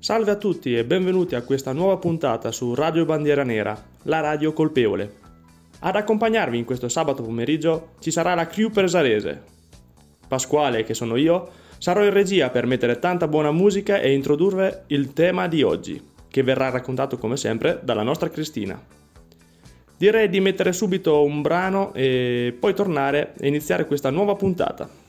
Salve a tutti e benvenuti a questa nuova puntata su Radio Bandiera Nera, la radio colpevole. Ad accompagnarvi in questo sabato pomeriggio ci sarà la crew pesarese. Pasquale, che sono io, sarò in regia per mettere tanta buona musica e introdurre il tema di oggi, che verrà raccontato come sempre dalla nostra Cristina. Direi di mettere subito un brano e poi tornare e iniziare questa nuova puntata.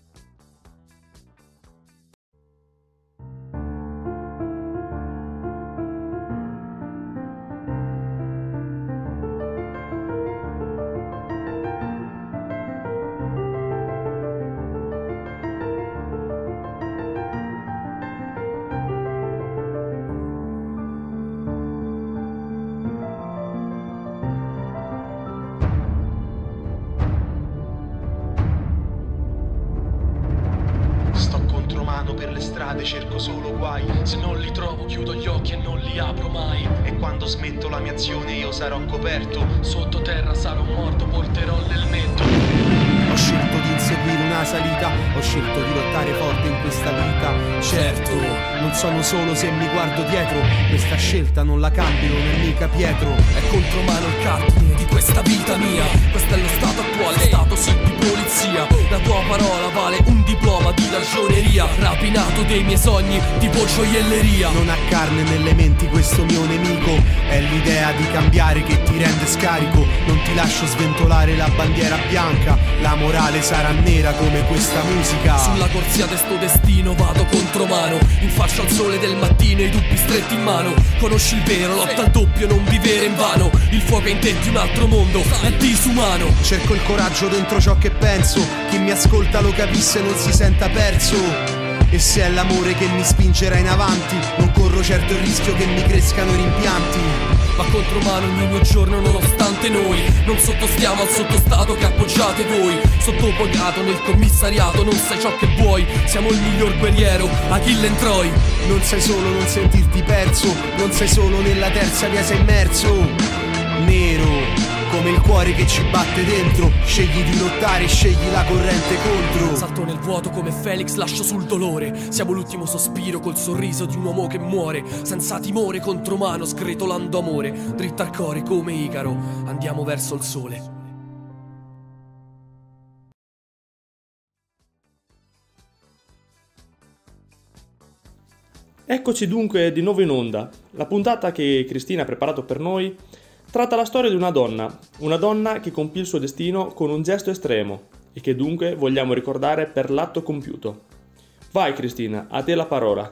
Per le strade cerco solo guai, se non li trovo chiudo gli occhi e non li apro mai. E quando smetto la mia azione io sarò coperto, sottoterra sarò morto, porterò l'elmetto. Ho scelto di inseguire una salita, ho scelto di lottare forte in questa vita. Certo, non sono solo se mi guardo dietro, questa scelta non la cambio, non è mica Pietro. È contromano il cardine di questa vita mia, questo è lo stato attuale, stato sì di polizia. La tua parola vale un diploma di ragioneria, rapinato dei miei sogni tipo gioielleria. Non ha carne nelle menti questo mio nemico, è l'idea di cambiare che ti rende scarico. Non ti lascio sventolare la bandiera bianca, la morale sarà nera come questa musica. Sulla corsia de sto destino vado contromano, in faccia al sole del mattino i dubbi stretti in mano. Conosci il vero, lotta al doppio, non vivere in vano. Il fuoco è in te di un altro mondo, è disumano. Cerco il coraggio dentro ciò che penso, chi mi ascolta lo capisse e non si senta perso. E se è l'amore che mi spingerà in avanti, non corro certo il rischio che mi crescano i rimpianti. Ma contromano ogni mio giorno nonostante noi non sottostiamo al sottostato che appoggiate voi. Sottopagato nel commissariato non sai ciò che vuoi, siamo il miglior guerriero, Achille and Troy. Non sei solo non sentirti perso, non sei solo nella terza via sei immerso. Nero come il cuore che ci batte dentro, scegli di lottare, scegli la corrente contro. Salto nel vuoto come Felix, lascio sul dolore. Siamo l'ultimo sospiro col sorriso di un uomo che muore, senza timore contromano, sgretolando amore. Dritto al cuore come Icaro, andiamo verso il sole. Eccoci dunque di nuovo in onda. La puntata che Cristina ha preparato per noi tratta la storia di una donna che compì il suo destino con un gesto estremo e che dunque vogliamo ricordare per l'atto compiuto. Vai Cristina, a te la parola.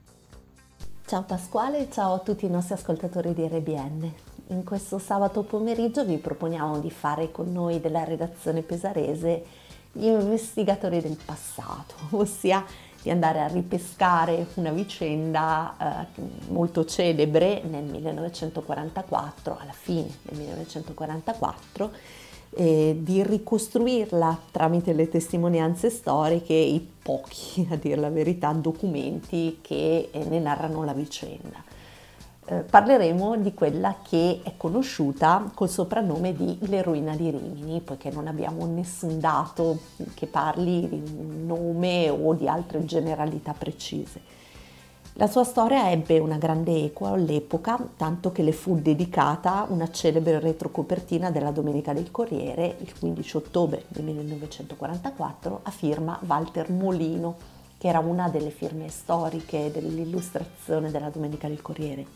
Ciao Pasquale, ciao a tutti i nostri ascoltatori di RBN. In questo sabato pomeriggio vi proponiamo di fare con noi della redazione pesarese gli investigatori del passato, ossia di andare a ripescare una vicenda molto celebre nel 1944, alla fine del 1944, di ricostruirla tramite le testimonianze storiche e i pochi, a dire la verità, documenti che ne narrano la vicenda. Parleremo di quella che è conosciuta col soprannome di l'eroina di Rimini, poiché non abbiamo nessun dato che parli di un nome o di altre generalità precise. La sua storia ebbe una grande eco all'epoca, tanto che le fu dedicata una celebre retrocopertina della Domenica del Corriere il 15 ottobre del 1944 a firma Walter Molino, che era una delle firme storiche dell'illustrazione della Domenica del Corriere.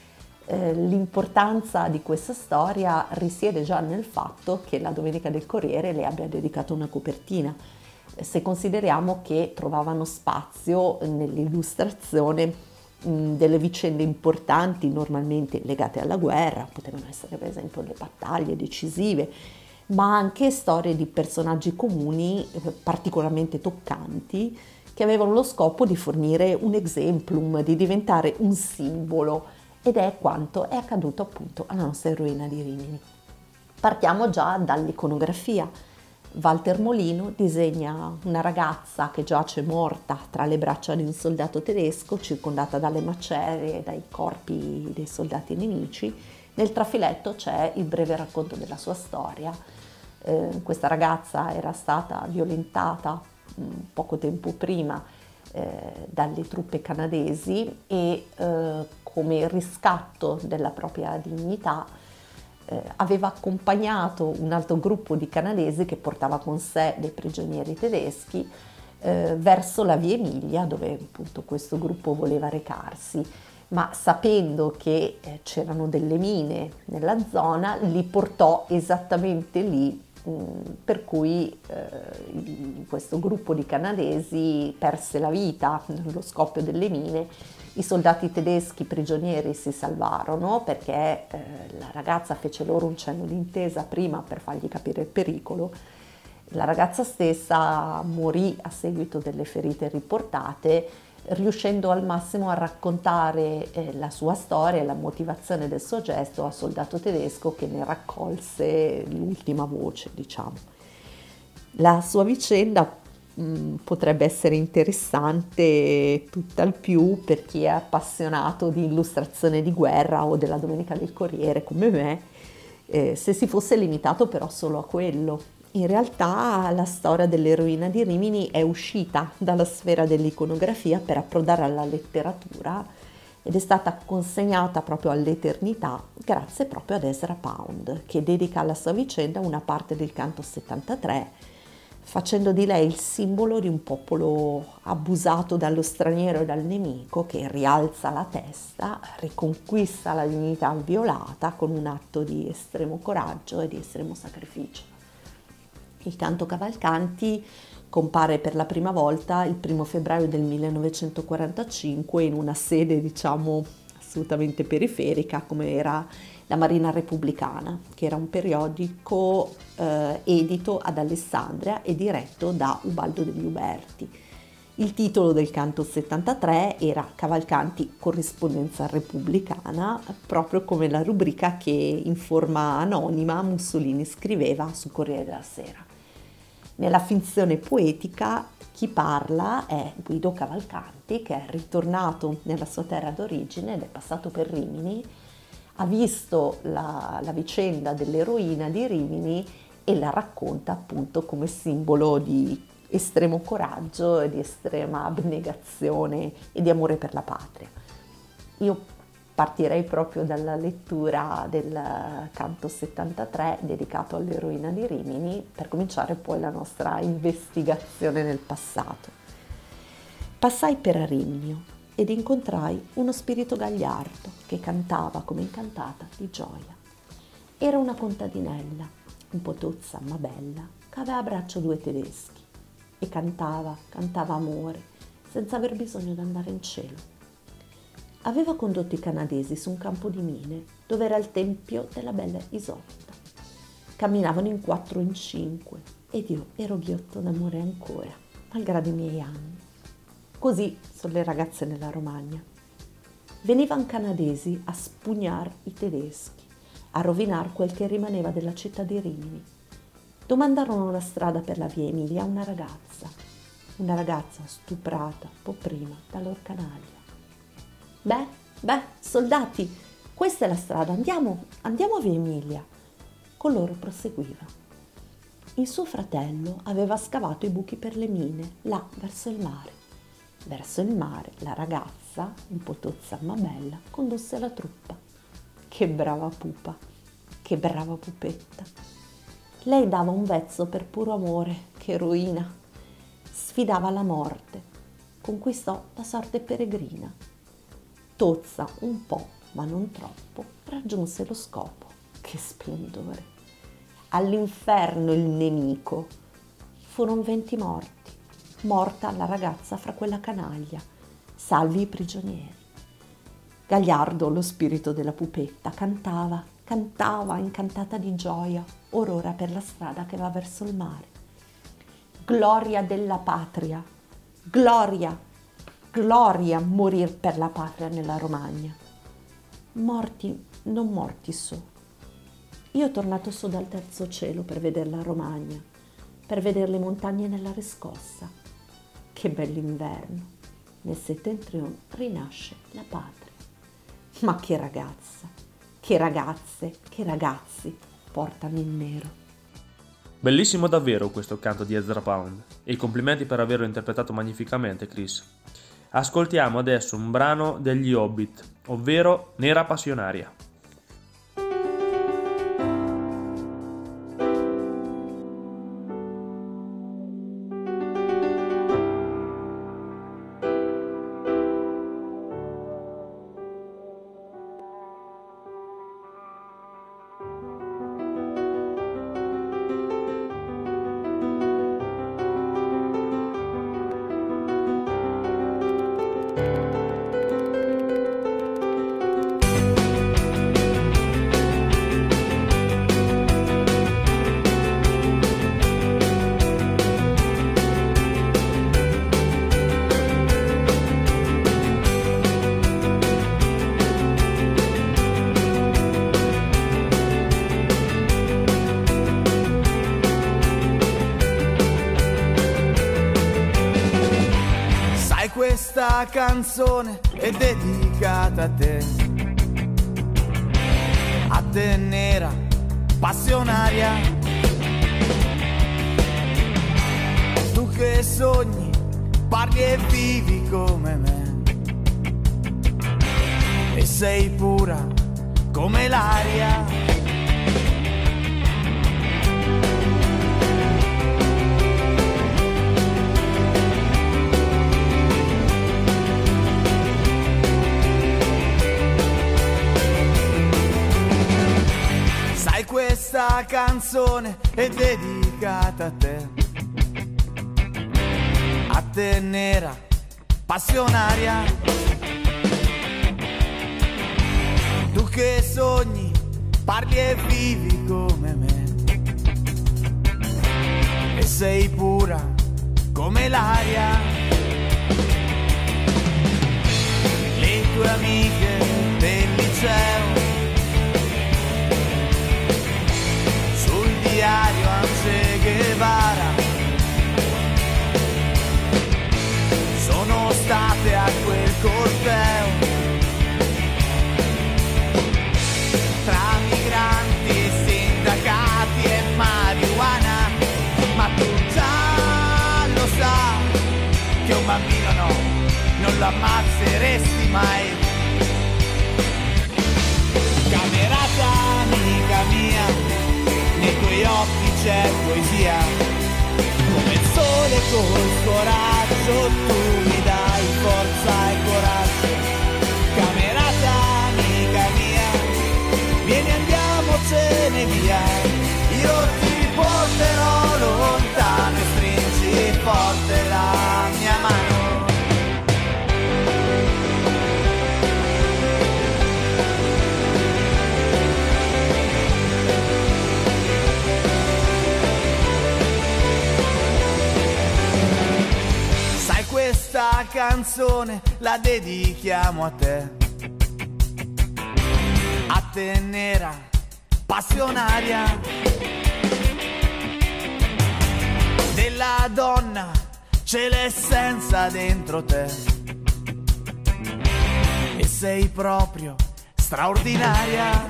L'importanza di questa storia risiede già nel fatto che la Domenica del Corriere le abbia dedicato una copertina, se consideriamo che trovavano spazio nell'illustrazione delle vicende importanti normalmente legate alla guerra, potevano essere per esempio le battaglie decisive, ma anche storie di personaggi comuni particolarmente toccanti che avevano lo scopo di fornire un exemplum, di diventare un simbolo. Ed è quanto è accaduto appunto alla nostra eroina di Rimini. Partiamo già dall'iconografia. Walter Molino disegna una ragazza che giace morta tra le braccia di un soldato tedesco, circondata dalle macerie e dai corpi dei soldati nemici. Nel trafiletto c'è il breve racconto della sua storia. Questa ragazza era stata violentata poco tempo prima dalle truppe canadesi e come riscatto della propria dignità aveva accompagnato un altro gruppo di canadesi che portava con sé dei prigionieri tedeschi verso la via Emilia, dove appunto questo gruppo voleva recarsi, ma sapendo che c'erano delle mine nella zona li portò esattamente lì, per cui questo gruppo di canadesi perse la vita nello scoppio delle mine. I soldati tedeschi prigionieri si salvarono perché la ragazza fece loro un cenno d'intesa prima per fargli capire il pericolo. La ragazza stessa morì a seguito delle ferite riportate, riuscendo al massimo a raccontare la sua storia e la motivazione del suo gesto al soldato tedesco che ne raccolse l'ultima voce, diciamo. La sua vicenda potrebbe essere interessante tutt'al più per chi è appassionato di illustrazione di guerra o della Domenica del Corriere come me, se si fosse limitato però solo a quello. In realtà la storia dell'eroina di Rimini è uscita dalla sfera dell'iconografia per approdare alla letteratura ed è stata consegnata proprio all'eternità grazie proprio ad Ezra Pound, che dedica alla sua vicenda una parte del canto 73, facendo di lei il simbolo di un popolo abusato dallo straniero e dal nemico che rialza la testa, riconquista la dignità violata con un atto di estremo coraggio e di estremo sacrificio. Il canto Cavalcanti compare per la prima volta il 1 febbraio del 1945 in una sede, diciamo, assolutamente periferica come era la Marina Repubblicana, che era un periodico edito ad Alessandria e diretto da Ubaldo degli Uberti. Il titolo del canto 73 era Cavalcanti corrispondenza repubblicana, proprio come la rubrica che in forma anonima Mussolini scriveva sul Corriere della Sera. Nella finzione poetica chi parla è Guido Cavalcanti, che è ritornato nella sua terra d'origine ed è passato per Rimini, ha visto la vicenda dell'eroina di Rimini e la racconta appunto come simbolo di estremo coraggio e di estrema abnegazione e di amore per la patria. Io partirei proprio dalla lettura del canto 73 dedicato all'eroina di Rimini per cominciare poi la nostra investigazione nel passato. Passai per Arimnio ed incontrai uno spirito gagliardo che cantava come incantata di gioia. Era una contadinella, un po' tozza ma bella, che aveva a braccio 2 tedeschi e cantava amore, senza aver bisogno di andare in cielo. Aveva condotto i canadesi su un campo di mine dove era il tempio della bella Isotta. Camminavano in 4 o in 5 ed io ero ghiotto d'amore ancora, malgrado i miei anni. Così sono le ragazze nella Romagna. Venivano canadesi a spugnar i tedeschi, a rovinar quel che rimaneva della città di Rimini. Domandarono la strada per la via Emilia a una ragazza stuprata un po' prima da loro canaglia. Beh, soldati, questa è la strada, andiamo a via Emilia. Con loro proseguiva. Il suo fratello aveva scavato i buchi per le mine, là verso il mare. Verso il mare la ragazza, un po' tozza ma bella, condusse la truppa. Che brava pupa, che brava pupetta. Lei dava un vezzo per puro amore, che eroina. Sfidava la morte, conquistò la sorte peregrina. Tozza un po', ma non troppo, raggiunse lo scopo. Che splendore! All'inferno il nemico. Furono 20 morti. Morta la ragazza fra quella canaglia, salvi i prigionieri. Gagliardo, lo spirito della pupetta, cantava incantata di gioia, orora per la strada che va verso il mare. Gloria della patria, gloria morir per la patria nella Romagna. Morti, non morti su. Io ho tornato su dal terzo cielo per vedere la Romagna, per vedere le montagne nella riscossa. Che bell'inverno, nel settentrion rinasce la patria. Ma che ragazza, che ragazze, che ragazzi portano il nero. Bellissimo davvero questo canto di Ezra Pound e i complimenti per averlo interpretato magnificamente, Chris. Ascoltiamo adesso un brano degli Hobbit, ovvero Nera Passionaria. Questa canzone è dedicata a te nera passionaria, tu che sogni, parli e vivi come me, e sei pura come l'aria. Questa canzone è dedicata a te nera passionaria, tu che sogni, parli e vivi come me, e sei pura come l'aria. Le tue amiche del liceo, diario Che Guevara, sono state a quel corteo tra migranti e sindacati e marijuana, ma tu già lo sai che un bambino no, non lo ammazzeresti mai. Camerata amica mia, nei tuoi occhi c'è poesia, come il sole col coraggio, tu mi dai forza e coraggio. Camerata amica mia, vieni andiamocene via, io ti porterò lontano e stringi forte la mia mano. Questa canzone la dedichiamo a te nera passionaria, della donna c'è l'essenza dentro te, e sei proprio straordinaria.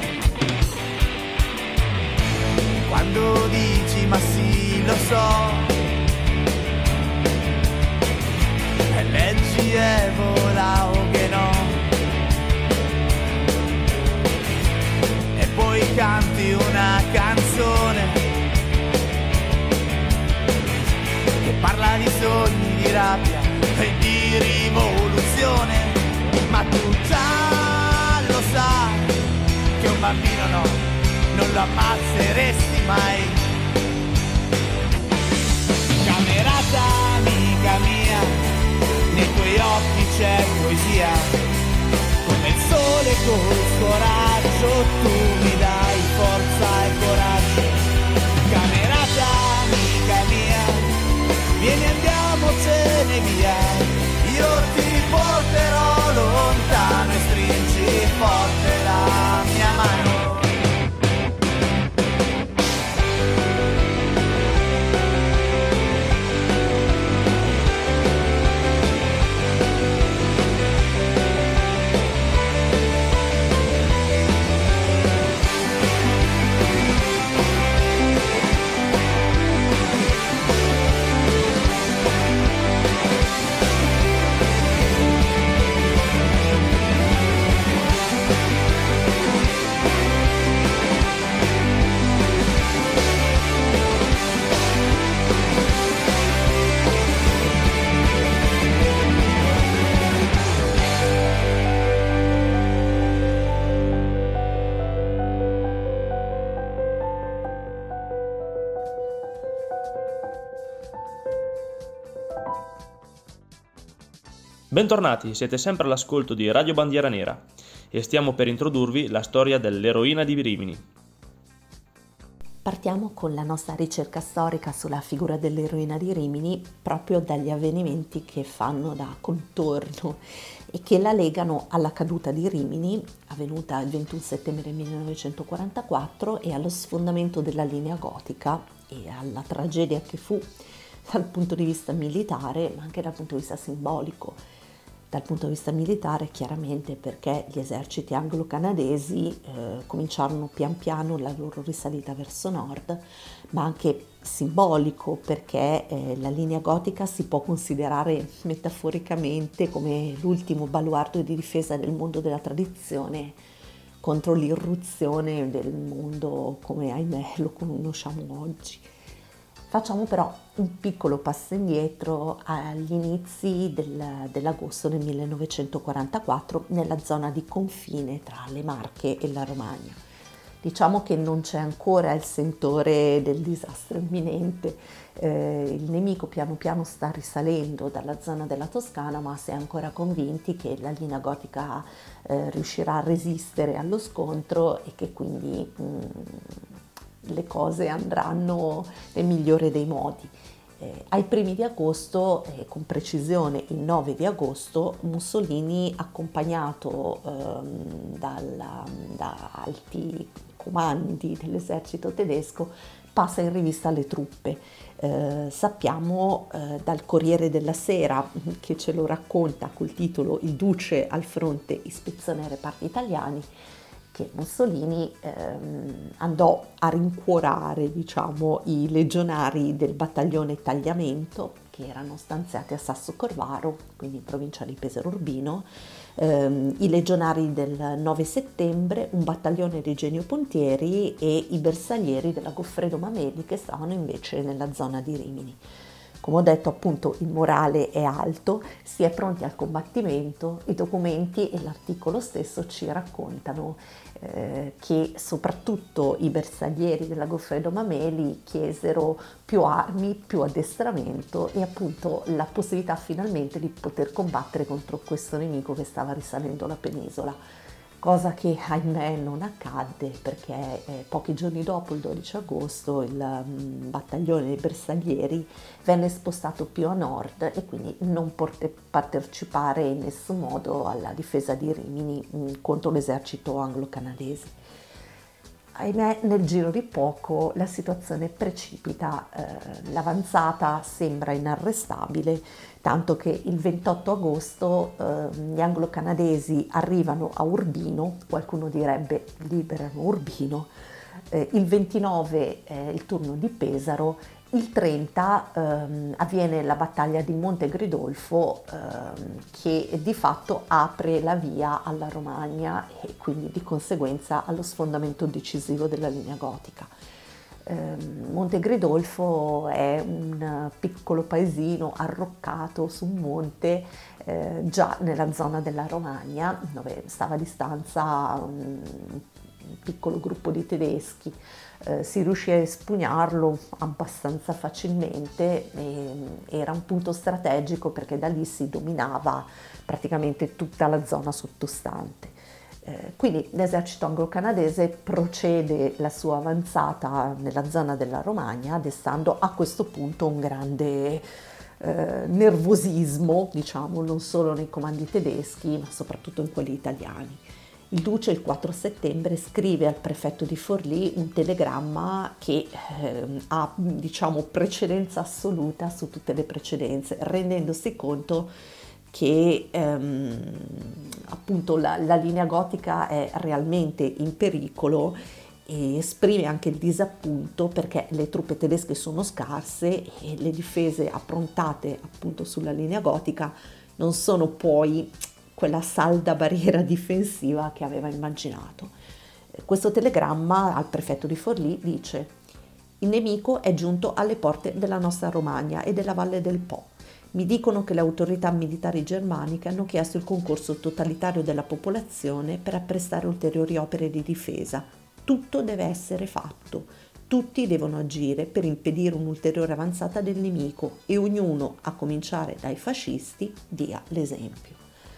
Quando dici ma sì lo so, leggi e vola o che no, e poi canti una canzone che parla di sogni, di rabbia e di rivoluzione, ma tu già lo sai che un bambino no, non lo ammazzeresti mai. Camerata amica mia, nei tuoi occhi c'è poesia, come il sole col coraggio, tu mi dai forza e coraggio. Camerata amica mia, vieni andiamocene via, io ti porterò lontano e stringi forte la mia mano. Bentornati, siete sempre all'ascolto di Radio Bandiera Nera e stiamo per introdurvi la storia dell'eroina di Rimini. Partiamo con la nostra ricerca storica sulla figura dell'eroina di Rimini proprio dagli avvenimenti che fanno da contorno e che la legano alla caduta di Rimini, avvenuta il 21 settembre 1944, e allo sfondamento della linea gotica e alla tragedia che fu dal punto di vista militare, ma anche dal punto di vista simbolico. Dal punto di vista militare chiaramente perché gli eserciti anglo-canadesi cominciarono pian piano la loro risalita verso nord, ma anche simbolico perché la linea gotica si può considerare metaforicamente come l'ultimo baluardo di difesa del mondo della tradizione contro l'irruzione del mondo come ahimè lo conosciamo oggi. Facciamo però un piccolo passo indietro agli inizi dell'agosto del 1944 nella zona di confine tra le Marche e la Romagna. Diciamo che non c'è ancora il sentore del disastro imminente, il nemico piano piano sta risalendo dalla zona della Toscana, ma si è ancora convinti che la linea gotica riuscirà a resistere allo scontro e che quindi le cose andranno nel migliore dei modi. Ai primi di agosto, con precisione il 9 di agosto, Mussolini, accompagnato da alti comandi dell'esercito tedesco, passa in rivista le truppe. Sappiamo dal Corriere della Sera, che ce lo racconta col titolo "Il Duce al fronte ispeziona i reparti italiani", che Mussolini andò a rincuorare, i legionari del battaglione Tagliamento, che erano stanziati a Sasso Corvaro, quindi in provincia di Pesaro Urbino, i legionari del 9 settembre, un battaglione di Genio Pontieri e i bersaglieri della Goffredo Mameli, che stavano invece nella zona di Rimini. Come ho detto, appunto, il morale è alto, si è pronti al combattimento. I documenti e l'articolo stesso ci raccontano che soprattutto i bersaglieri della Goffredo Mameli chiesero più armi, più addestramento e appunto la possibilità finalmente di poter combattere contro questo nemico che stava risalendo la penisola. Cosa che ahimè non accadde perché pochi giorni dopo, il 12 agosto, il battaglione dei bersaglieri venne spostato più a nord e quindi non poté partecipare in nessun modo alla difesa di Rimini contro l'esercito anglo-canadese. Ahimè, nel giro di poco la situazione precipita, l'avanzata sembra inarrestabile, tanto che il 28 agosto gli anglo-canadesi arrivano a Urbino, qualcuno direbbe liberano Urbino, il 29 è il turno di Pesaro, il 30 avviene la battaglia di Monte Gridolfo che di fatto apre la via alla Romagna e quindi di conseguenza allo sfondamento decisivo della linea gotica. Monte Gridolfo è un piccolo paesino arroccato su un monte già nella zona della Romagna, dove stava a distanza un piccolo gruppo di tedeschi. Si riuscì a espugnarlo abbastanza facilmente e era un punto strategico perché da lì si dominava praticamente tutta la zona sottostante. Quindi l'esercito anglo-canadese procede la sua avanzata nella zona della Romagna, destando a questo punto un grande nervosismo, non solo nei comandi tedeschi, ma soprattutto in quelli italiani. Il Duce il 4 settembre scrive al prefetto di Forlì un telegramma che ha precedenza assoluta su tutte le precedenze, rendendosi conto che appunto la linea gotica è realmente in pericolo e esprime anche il disappunto perché le truppe tedesche sono scarse e le difese approntate appunto sulla linea gotica non sono poi quella salda barriera difensiva che aveva immaginato. Questo telegramma al prefetto di Forlì dice: il nemico è giunto alle porte della nostra Romagna e della Valle del Po. Mi dicono che le autorità militari germaniche hanno chiesto il concorso totalitario della popolazione per apprestare ulteriori opere di difesa. Tutto deve essere fatto. tutti devono agire per impedire un'ulteriore avanzata del nemico e ognuno, a cominciare dai fascisti, dia l'esempio.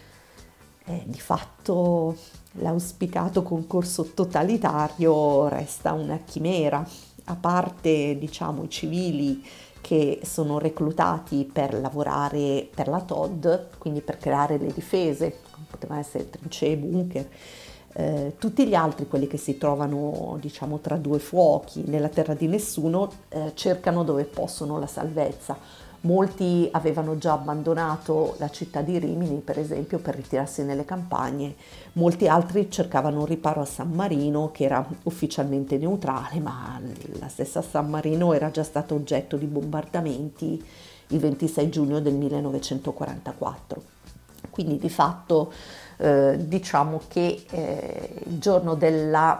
Di fatto l'auspicato concorso totalitario resta una chimera, a parte diciamo i civili che sono reclutati per lavorare per la TOD, quindi per creare le difese, potevano essere trincee, bunker. Tutti gli altri, quelli che si trovano diciamo tra due fuochi nella terra di nessuno, cercano dove possono la salvezza. Molti avevano già abbandonato la città di Rimini, per esempio, per ritirarsi nelle campagne. Molti altri cercavano un riparo a San Marino, che era ufficialmente neutrale, ma la stessa San Marino era già stata oggetto di bombardamenti il 26 giugno del 1944. Quindi di fatto diciamo che il giorno della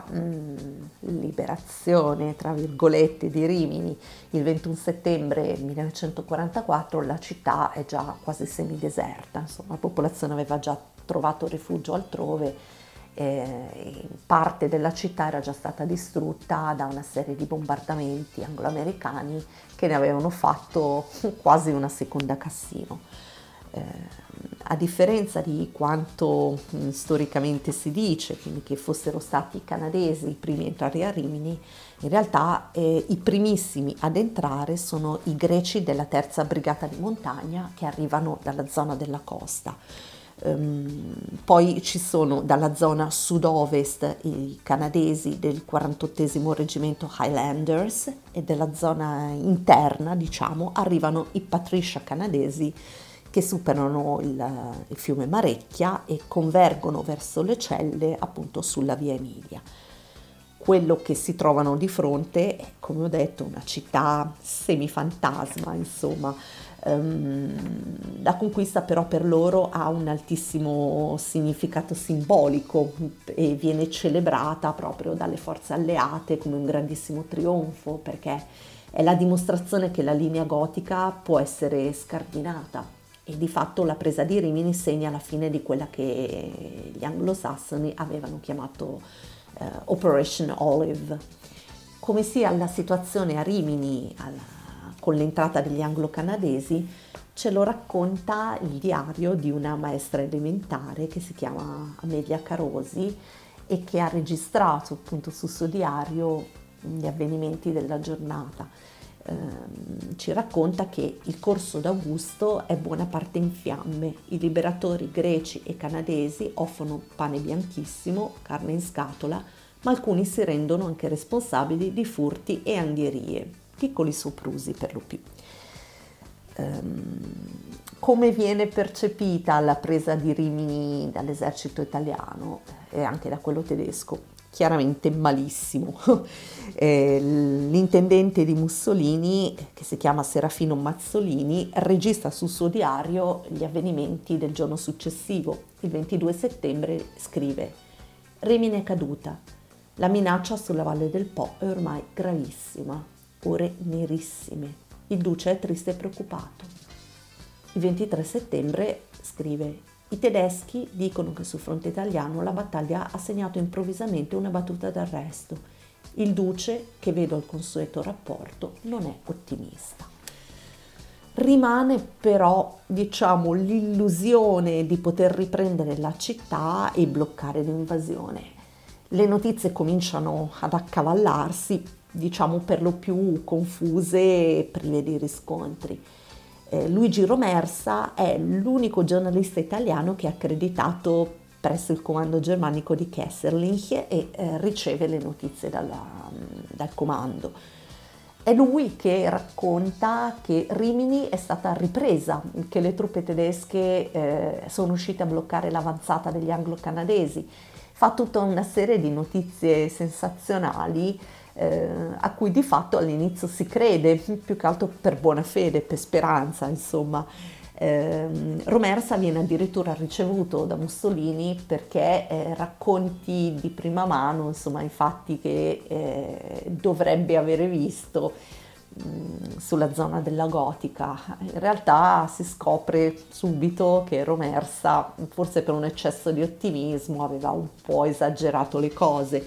liberazione, tra virgolette, di Rimini, il 21 settembre 1944, la città è già quasi semideserta, insomma la popolazione aveva già trovato rifugio altrove, parte della città era già stata distrutta da una serie di bombardamenti anglo-americani che ne avevano fatto quasi una seconda Cassino. A differenza di quanto storicamente si dice, quindi che fossero stati i canadesi i primi a entrare a Rimini, in realtà i primissimi ad entrare sono i greci della terza brigata di montagna che arrivano dalla zona della costa. Poi ci sono dalla zona sud-ovest i canadesi del 48esimo reggimento Highlanders e della zona interna, diciamo, arrivano i Patricia canadesi che superano il fiume Marecchia e convergono verso le celle appunto sulla via Emilia. Quello che si trovano di fronte è, come ho detto, una città semifantasma, insomma. La conquista però per loro ha un altissimo significato simbolico e viene celebrata proprio dalle forze alleate come un grandissimo trionfo, perché è la dimostrazione che la linea gotica può essere scardinata. E di fatto la presa di Rimini segna la fine di quella che gli anglosassoni avevano chiamato Operation Olive. Come sia la situazione a Rimini con l'entrata degli anglo-canadesi ce lo racconta il diario di una maestra elementare che si chiama Amelia Carosi e che ha registrato appunto sul suo diario gli avvenimenti della giornata. Ci racconta che il corso d'Augusto è buona parte in fiamme, i liberatori greci e canadesi offrono pane bianchissimo, carne in scatola, ma alcuni si rendono anche responsabili di furti e angherie, piccoli soprusi per lo più. Come viene percepita la presa di Rimini dall'esercito italiano e anche da quello tedesco? Chiaramente malissimo. L'intendente di Mussolini, che si chiama Serafino Mazzolini, registra sul suo diario gli avvenimenti del giorno successivo. Il 22 settembre scrive: Rimini è caduta, la minaccia sulla valle del Po è ormai gravissima, ore nerissime, il duce è triste e preoccupato. Il 23 settembre scrive: i tedeschi dicono che sul fronte italiano la battaglia ha segnato improvvisamente una battuta d'arresto. Il duce, che vedo al consueto rapporto, non è ottimista. Rimane però, diciamo, l'illusione di poter riprendere la città e bloccare l'invasione. Le notizie cominciano ad accavallarsi, diciamo per lo più confuse e prive di riscontri. Luigi Romersa è l'unico giornalista italiano che è accreditato presso il comando germanico di Kesselring e riceve le notizie dal comando. È lui che racconta che Rimini è stata ripresa, che le truppe tedesche sono riuscite a bloccare l'avanzata degli anglo-canadesi. Fa tutta una serie di notizie sensazionali a cui di fatto all'inizio si crede, più che altro per buona fede, per speranza, insomma. Romersa viene addirittura ricevuto da Mussolini perché racconti di prima mano, insomma, i fatti che dovrebbe avere visto sulla zona della Gotica. In realtà si scopre subito che Romersa, forse per un eccesso di ottimismo, aveva un po' esagerato le cose.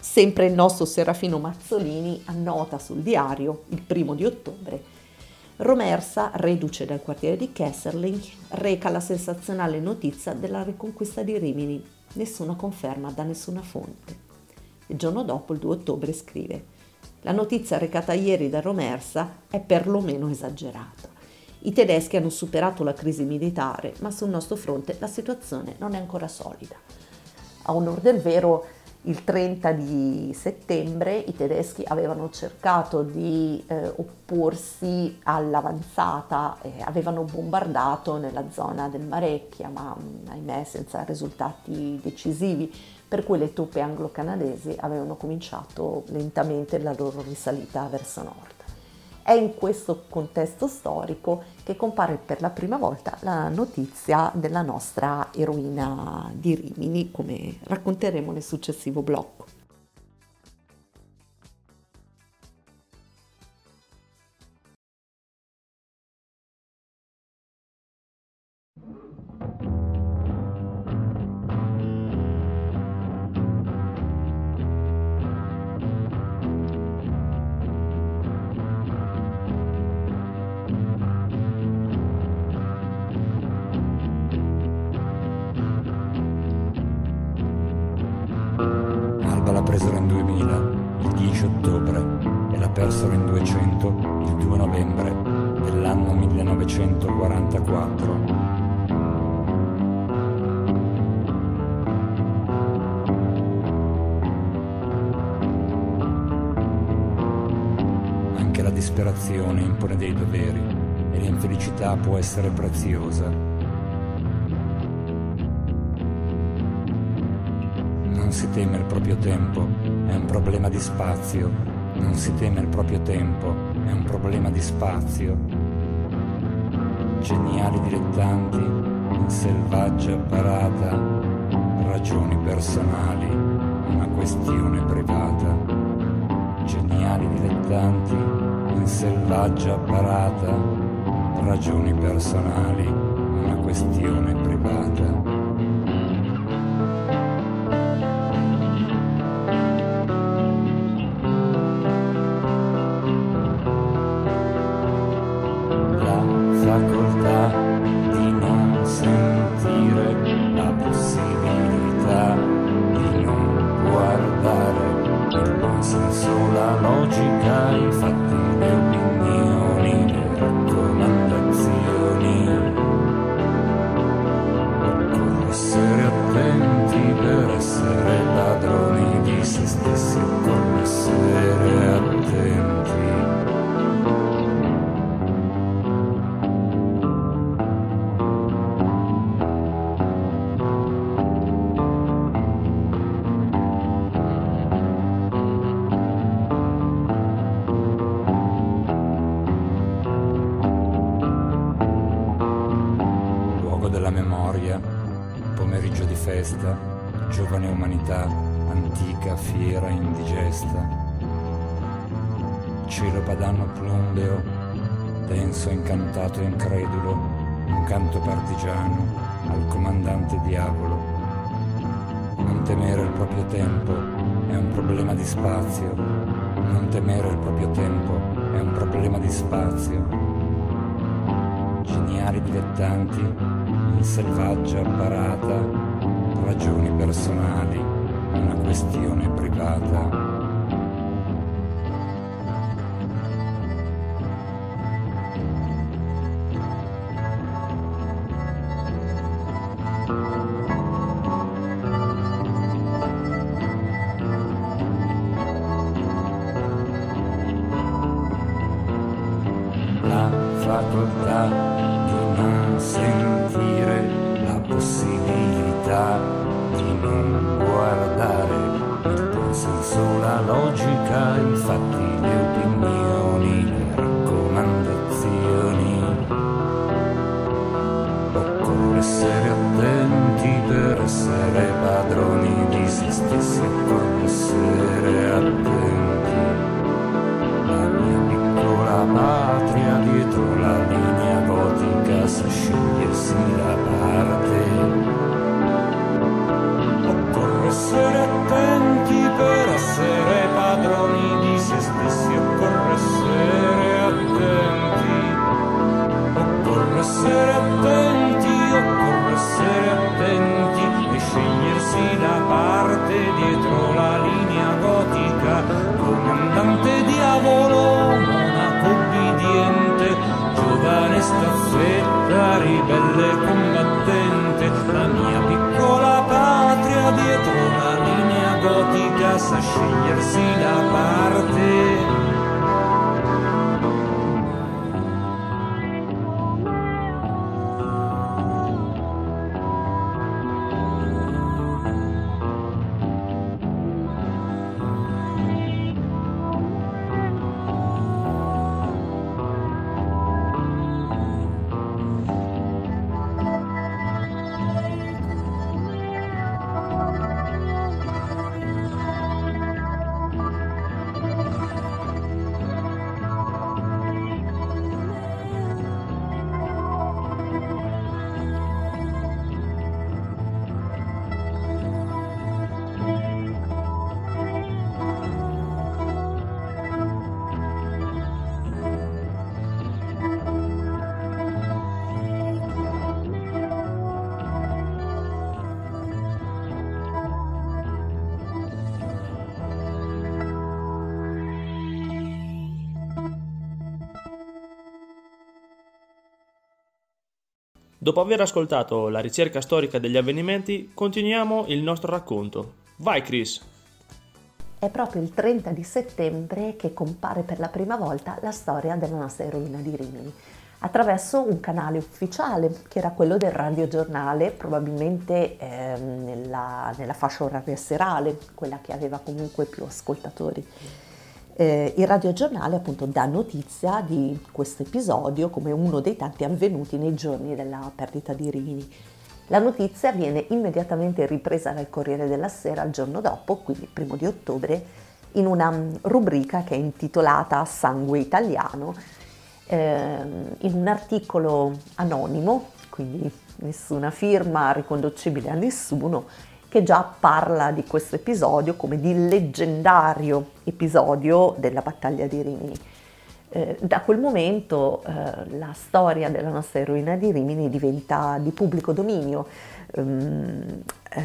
Sempre il nostro Serafino Mazzolini annota sul diario, il 1 ottobre, Romersa, reduce dal quartiere di Kesserling, reca la sensazionale notizia della riconquista di Rimini. Nessuna conferma da nessuna fonte. Il giorno dopo, il 2 ottobre, scrive: la notizia recata ieri da Romersa è perlomeno esagerata. I tedeschi hanno superato la crisi militare, ma sul nostro fronte la situazione non è ancora solida. A onor del vero, il 30 di settembre i tedeschi avevano cercato di opporsi all'avanzata, avevano bombardato nella zona del Marecchia, ma ahimè senza risultati decisivi, per cui le truppe anglo-canadesi avevano cominciato lentamente la loro risalita verso nord. È in questo contesto storico che compare per la prima volta la notizia della nostra eroina di Rimini, come racconteremo nel successivo blocco. La presero in 2000, il 10 ottobre, e la persero in 200, il 2 novembre dell'anno 1944. Anche la disperazione impone dei doveri e l'infelicità può essere preziosa. Non si teme il proprio tempo, è un problema di spazio. Non si teme il proprio tempo, è un problema di spazio. Geniali dilettanti, in selvaggia parata, ragioni personali, una questione privata. Geniali dilettanti, in selvaggia parata, ragioni personali, una questione privata. Facoltà di non sentire, la possibilità di non guardare, il buon senso, la logica, i fatti, le opinioni, le raccomandazioni. Occorre essere attenti per essere padroni di se stessi, occorre essere attenti. Della memoria, pomeriggio di festa, giovane umanità, antica fiera indigesta. Cielo padano plumbeo, denso incantato e incredulo, un canto partigiano al comandante diavolo. Non temere il proprio tempo è un problema di spazio. Non temere il proprio tempo è un problema di spazio. Geniali dilettanti, in selvaggia parata, ragioni personali, una questione privata. La facoltà di non sentire, la possibilità di non guardare, il buon senso, la logica, i fatti, le opinioni, le raccomandazioni. Occorre essere attenti per essere padroni di se stessi, occorre essere attenti. La mia piccola patria dietro la linea gotica sa scegliersi la parte. Occorre essere attenti per essere diavolo, monaco ubbidiente, giovane staffetta, ribelle combattente, la mia piccola patria dietro la linea gotica sa scegliersi la parte. Dopo aver ascoltato la ricerca storica degli avvenimenti, continuiamo il nostro racconto. Vai Chris! È proprio il 30 di settembre che compare per la prima volta la storia della nostra eroina di Rimini, attraverso un canale ufficiale che era quello del radiogiornale, probabilmente nella fascia oraria serale, quella che aveva comunque più ascoltatori. Il radiogiornale appunto dà notizia di questo episodio come uno dei tanti avvenuti nei giorni della perdita di Rimini. La notizia viene immediatamente ripresa dal Corriere della Sera il giorno dopo, quindi il 1 di ottobre, in una rubrica che è intitolata Sangue Italiano, in un articolo anonimo, quindi nessuna firma riconducibile a nessuno, che già parla di questo episodio come di leggendario episodio della battaglia di Rimini. Da quel momento la storia della nostra eroina di Rimini diventa di pubblico dominio, un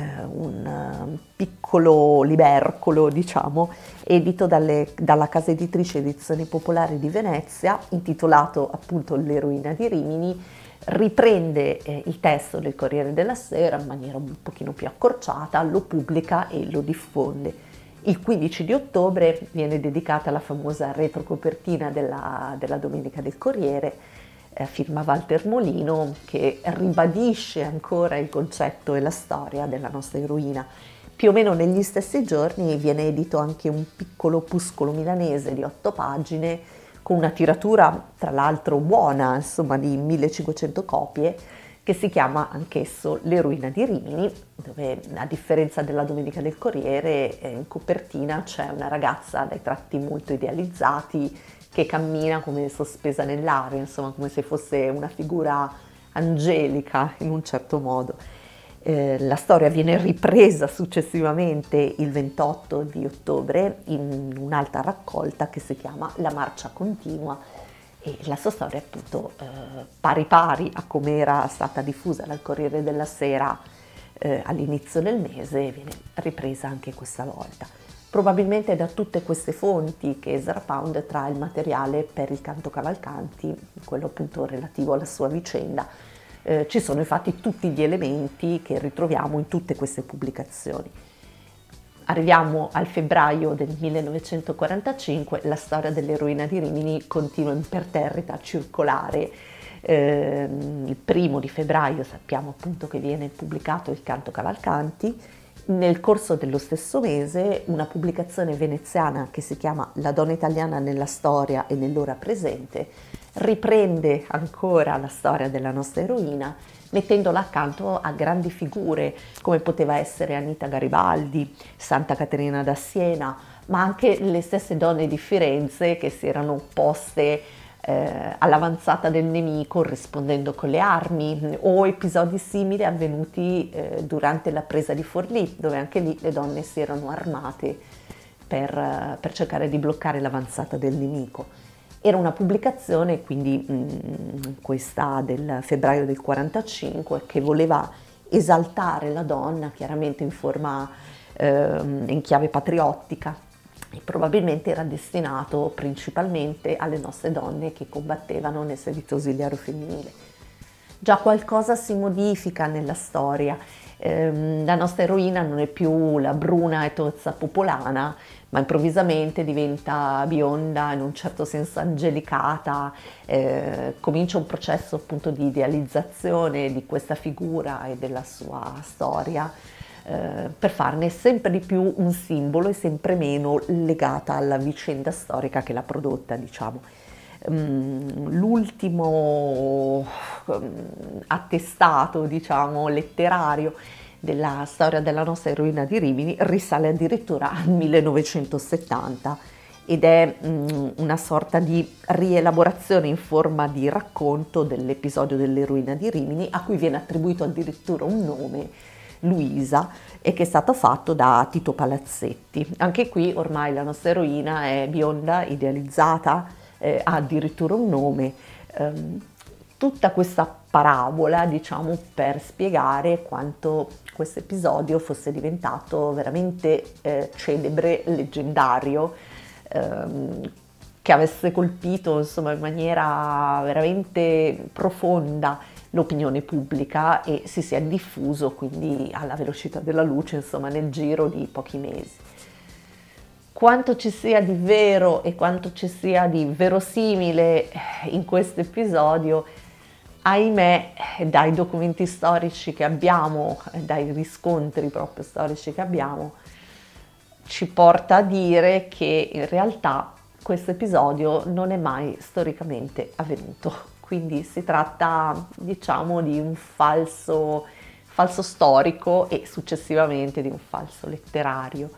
piccolo libercolo, diciamo, edito dalla casa editrice Edizioni Popolari di Venezia, intitolato appunto L'eroina di Rimini. Riprende il testo del Corriere della Sera in maniera un pochino più accorciata, lo pubblica e lo diffonde. Il 15 di ottobre viene dedicata la famosa retrocopertina della Domenica del Corriere, firma Walter Molino, che ribadisce ancora il concetto e la storia della nostra eroina. Più o meno negli stessi giorni viene edito anche un piccolo opuscolo milanese di 8 pagine, con una tiratura tra l'altro buona, insomma di 1500 copie, che si chiama anch'esso L'eroina di Rimini, dove a differenza della Domenica del Corriere in copertina c'è una ragazza dai tratti molto idealizzati che cammina come sospesa nell'aria, insomma come se fosse una figura angelica in un certo modo. La storia viene ripresa successivamente il 28 di ottobre in un'altra raccolta che si chiama La marcia continua, e la sua storia appunto pari pari a come era stata diffusa dal Corriere della Sera all'inizio del mese, viene ripresa anche questa volta. Probabilmente da tutte queste fonti che Ezra Pound trae il materiale per il canto Cavalcanti, quello appunto relativo alla sua vicenda. Ci sono infatti tutti gli elementi che ritroviamo in tutte queste pubblicazioni. Arriviamo al febbraio del 1945, la storia dell'eroina di Rimini continua imperterrita a circolare. Il 1 di febbraio sappiamo appunto che viene pubblicato il canto Cavalcanti. Nel corso dello stesso mese una pubblicazione veneziana che si chiama La donna italiana nella storia e nell'ora presente riprende ancora la storia della nostra eroina, mettendola accanto a grandi figure come poteva essere Anita Garibaldi, Santa Caterina da Siena, ma anche le stesse donne di Firenze che si erano opposte all'avanzata del nemico rispondendo con le armi, o episodi simili avvenuti durante la presa di Forlì, dove anche lì le donne si erano armate per cercare di bloccare l'avanzata del nemico. Era una pubblicazione, quindi questa del febbraio del 45, che voleva esaltare la donna chiaramente in forma in chiave patriottica, e probabilmente era destinato principalmente alle nostre donne che combattevano nel servizio ausiliario femminile. Già qualcosa si modifica nella storia. La nostra eroina non è più la bruna e tozza popolana, ma improvvisamente diventa bionda, in un certo senso angelicata, comincia un processo appunto di idealizzazione di questa figura e della sua storia, per farne sempre di più un simbolo e sempre meno legata alla vicenda storica che l'ha prodotta, diciamo. L'ultimo attestato, diciamo, letterario della storia della nostra eroina di Rimini risale addirittura al 1970 ed è una sorta di rielaborazione in forma di racconto dell'episodio dell'eroina di Rimini, a cui viene attribuito addirittura un nome, Luisa, e che è stato fatto da Tito Palazzetti. Anche qui ormai la nostra eroina è bionda, idealizzata, ha addirittura un nome. Tutta questa parabola, diciamo, per spiegare quanto questo episodio fosse diventato veramente celebre, leggendario, che avesse colpito, insomma, in maniera veramente profonda l'opinione pubblica e si sia diffuso quindi alla velocità della luce, insomma, nel giro di pochi mesi. Quanto ci sia di vero e quanto ci sia di verosimile in questo episodio, ahimè, dai documenti storici che abbiamo, dai riscontri proprio storici che abbiamo, ci porta a dire che in realtà questo episodio non è mai storicamente avvenuto. Quindi si tratta, diciamo, di un falso storico e successivamente di un falso letterario.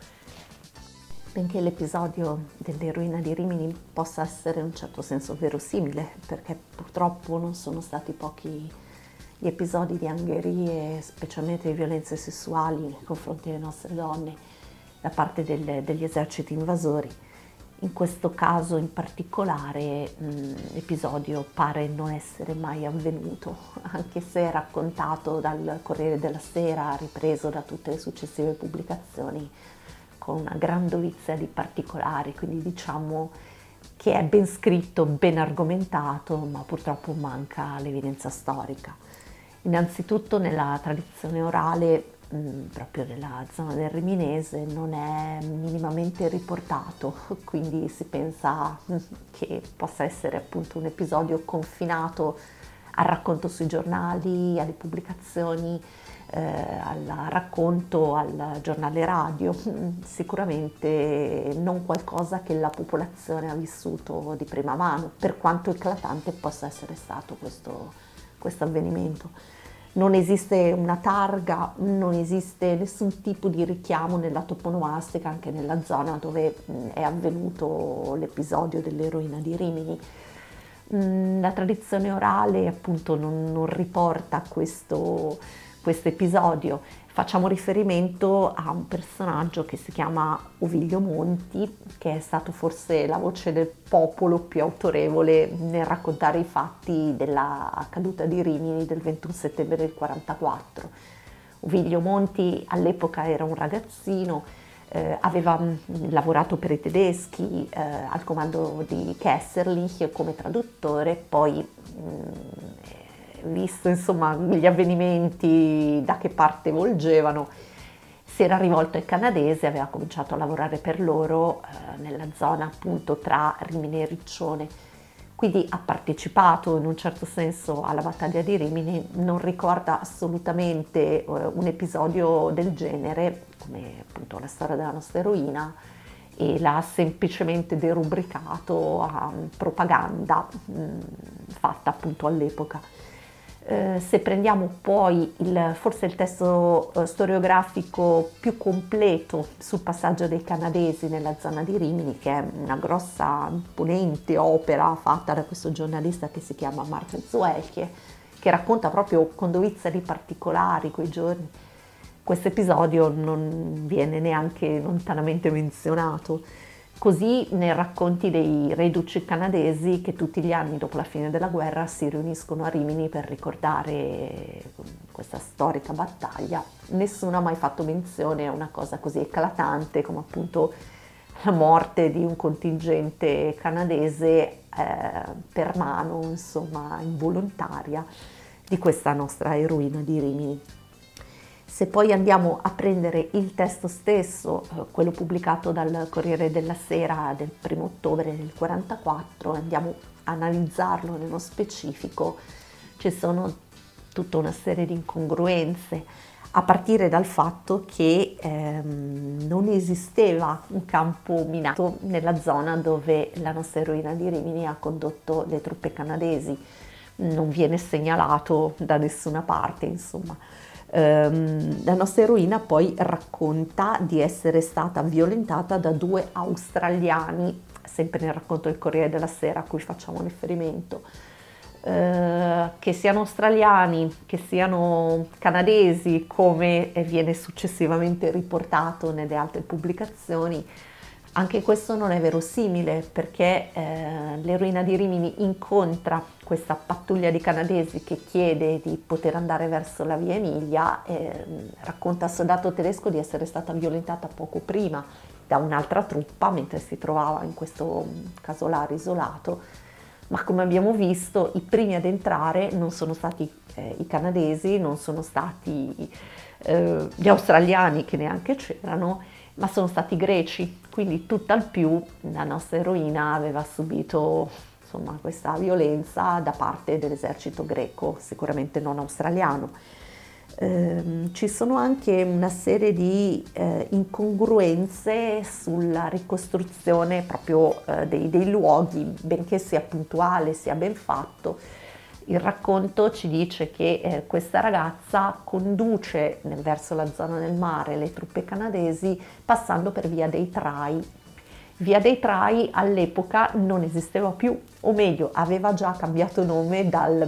Benché l'episodio dell'eroina di Rimini possa essere in un certo senso verosimile, perché purtroppo non sono stati pochi gli episodi di angherie, specialmente di violenze sessuali nei confronti delle nostre donne da parte degli eserciti invasori. In questo caso in particolare l'episodio pare non essere mai avvenuto, anche se raccontato dal Corriere della Sera, ripreso da tutte le successive pubblicazioni, con una gran dovizia di particolari, quindi diciamo che è ben scritto, ben argomentato, ma purtroppo manca l'evidenza storica. Innanzitutto nella tradizione orale, proprio nella zona del Riminese, non è minimamente riportato, quindi si pensa che possa essere appunto un episodio confinato al racconto sui giornali, alle pubblicazioni, al racconto al giornale radio, sicuramente non qualcosa che la popolazione ha vissuto di prima mano, per quanto eclatante possa essere stato questo avvenimento. Non esiste una targa, non esiste nessun tipo di richiamo nella toponomastica, anche nella zona dove è avvenuto l'episodio dell'eroina di Rimini. La tradizione orale appunto non riporta questo episodio. Facciamo riferimento a un personaggio che si chiama Ovidio Monti, che è stato forse la voce del popolo più autorevole nel raccontare i fatti della caduta di Rimini del 21 settembre del 1944. Ovidio Monti all'epoca era un ragazzino, aveva lavorato per i tedeschi al comando di Kesserlich come traduttore, poi visto insomma gli avvenimenti da che parte volgevano, si era rivolto ai canadesi, aveva cominciato a lavorare per loro nella zona appunto tra Rimini e Riccione, quindi ha partecipato in un certo senso alla battaglia di Rimini, non ricorda assolutamente un episodio del genere come appunto la storia della nostra eroina e l'ha semplicemente derubricato a propaganda fatta appunto all'epoca. Se prendiamo poi forse il testo storiografico più completo sul passaggio dei canadesi nella zona di Rimini, che è una grossa, imponente opera fatta da questo giornalista che si chiama Mark Zuelche, che racconta proprio con dovizia di particolari quei giorni, questo episodio non viene neanche lontanamente menzionato. Così nei racconti dei reduci canadesi che tutti gli anni dopo la fine della guerra si riuniscono a Rimini per ricordare questa storica battaglia, nessuno ha mai fatto menzione a una cosa così eclatante come appunto la morte di un contingente canadese per mano, insomma, involontaria di questa nostra eroina di Rimini. Se poi andiamo a prendere il testo stesso, quello pubblicato dal Corriere della Sera del 1° ottobre del 1944, andiamo a analizzarlo nello specifico, ci sono tutta una serie di incongruenze, a partire dal fatto che non esisteva un campo minato nella zona dove la nostra eroina di Rimini ha condotto le truppe canadesi, non viene segnalato da nessuna parte, insomma. La nostra eroina poi racconta di essere stata violentata da 2 australiani, sempre nel racconto del Corriere della Sera a cui facciamo riferimento. Che siano australiani, che siano canadesi, come viene successivamente riportato nelle altre pubblicazioni, anche questo non è verosimile, perché l'eroina di Rimini incontra questa pattuglia di canadesi che chiede di poter andare verso la via Emilia e racconta al soldato tedesco di essere stata violentata poco prima da un'altra truppa mentre si trovava in questo casolare isolato. Ma come abbiamo visto, i primi ad entrare non sono stati i canadesi, non sono stati gli australiani, che neanche c'erano, ma sono stati i greci. Quindi tutt'al più la nostra eroina aveva subito, insomma, questa violenza da parte dell'esercito greco, sicuramente non australiano. Ci sono anche una serie di incongruenze sulla ricostruzione proprio dei luoghi, benché sia puntuale, sia ben fatto. Il racconto ci dice che questa ragazza conduce verso la zona del mare le truppe canadesi passando per Via dei Trai. Via dei Trai all'epoca non esisteva più, o meglio, aveva già cambiato nome dal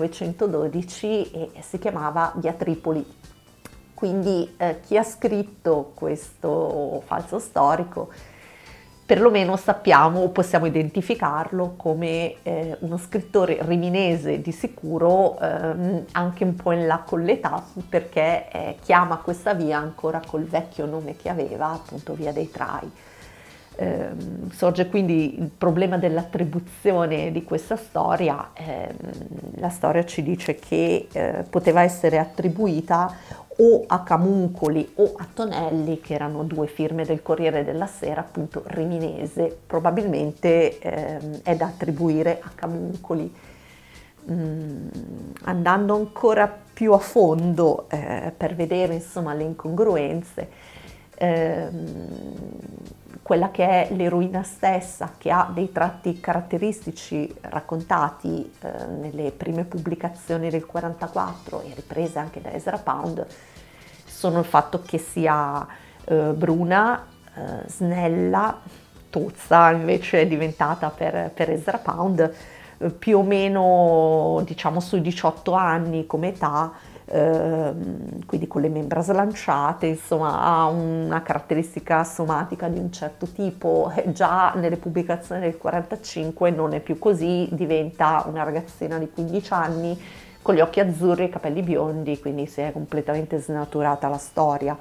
1912 e si chiamava Via Tripoli. Quindi chi ha scritto questo falso storico, perlomeno sappiamo o possiamo identificarlo come uno scrittore riminese di sicuro, anche un po' in là con l'età, perché chiama questa via ancora col vecchio nome che aveva, appunto Via dei Trai. Sorge quindi il problema dell'attribuzione di questa storia. La storia ci dice che poteva essere attribuita o a Camuncoli o a Tonelli, che erano 2 firme del Corriere della Sera, appunto riminese. Probabilmente è da attribuire a Camuncoli. Andando ancora più a fondo per vedere, insomma, le incongruenze, quella che è l'eroina stessa, che ha dei tratti caratteristici raccontati nelle prime pubblicazioni del 1944 e riprese anche da Ezra Pound, sono il fatto che sia bruna, snella, tozza invece è diventata per Ezra Pound, più o meno diciamo sui 18 anni come età, quindi con le membra slanciate, insomma ha una caratteristica somatica di un certo tipo. Già nelle pubblicazioni del 45 non è più così, diventa una ragazzina di 15 anni con gli occhi azzurri e i capelli biondi, quindi si è completamente snaturata la storia.